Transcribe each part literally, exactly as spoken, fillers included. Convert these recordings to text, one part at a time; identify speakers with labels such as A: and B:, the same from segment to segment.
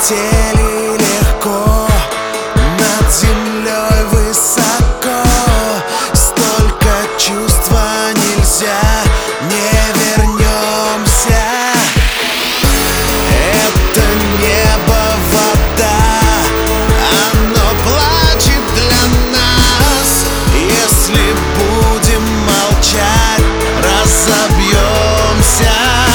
A: Полетели легко, над землей высоко. Столько чувства нельзя, не вернемся. Это небо, вода, оно плачет для нас. Если будем молчать, разобьемся.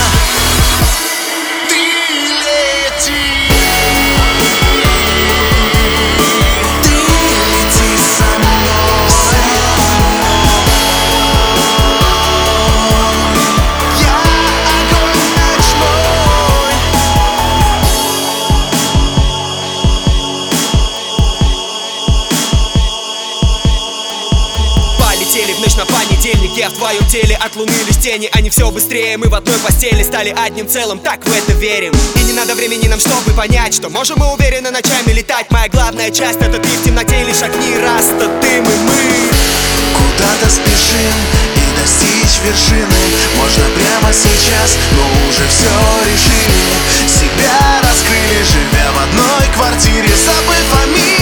B: В ночь на понедельник я в твоем теле, от луны лишь тени. Они все быстрее, мы в одной постели стали одним целым, так в это верим. И не надо времени нам, чтобы понять, что можем мы уверенно ночами летать. Моя главная часть — это ты в темноте, лишь огни, раз то ты, мы, мы.
A: Куда-то спешим и достичь вершины можно прямо сейчас, но уже все решили. Себя раскрыли, живя в одной квартире, забыв о мире.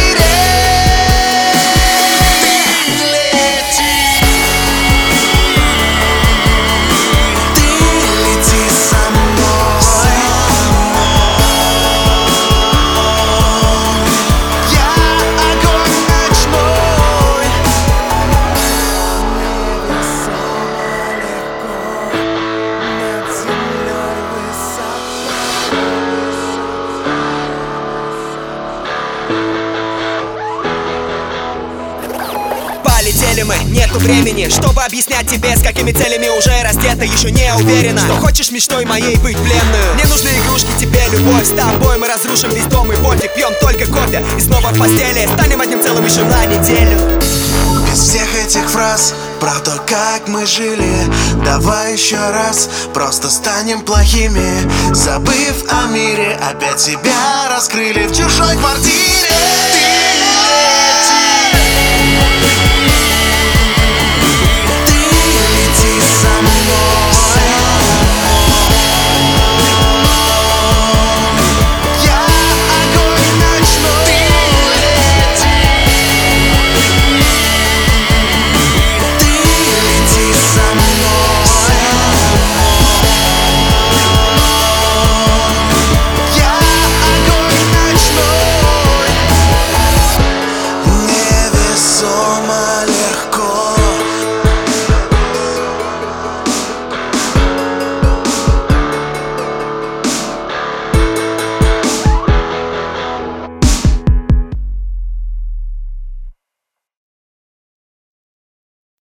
B: Полетели мы, нету времени, чтобы объяснять тебе, с какими целями уже раздета, еще не уверена, что хочешь мечтой моей быть пленную. Мне нужны игрушки, тебе любовь, с тобой мы разрушим весь дом и пофиг, пьем только кофе и снова в постели, станем одним целым еще на неделю.
A: Без всех этих фраз про то, как мы жили, давай еще раз просто станем плохими, забыв о мире, опять себя раскрыли в чужой квартире. Ты лети.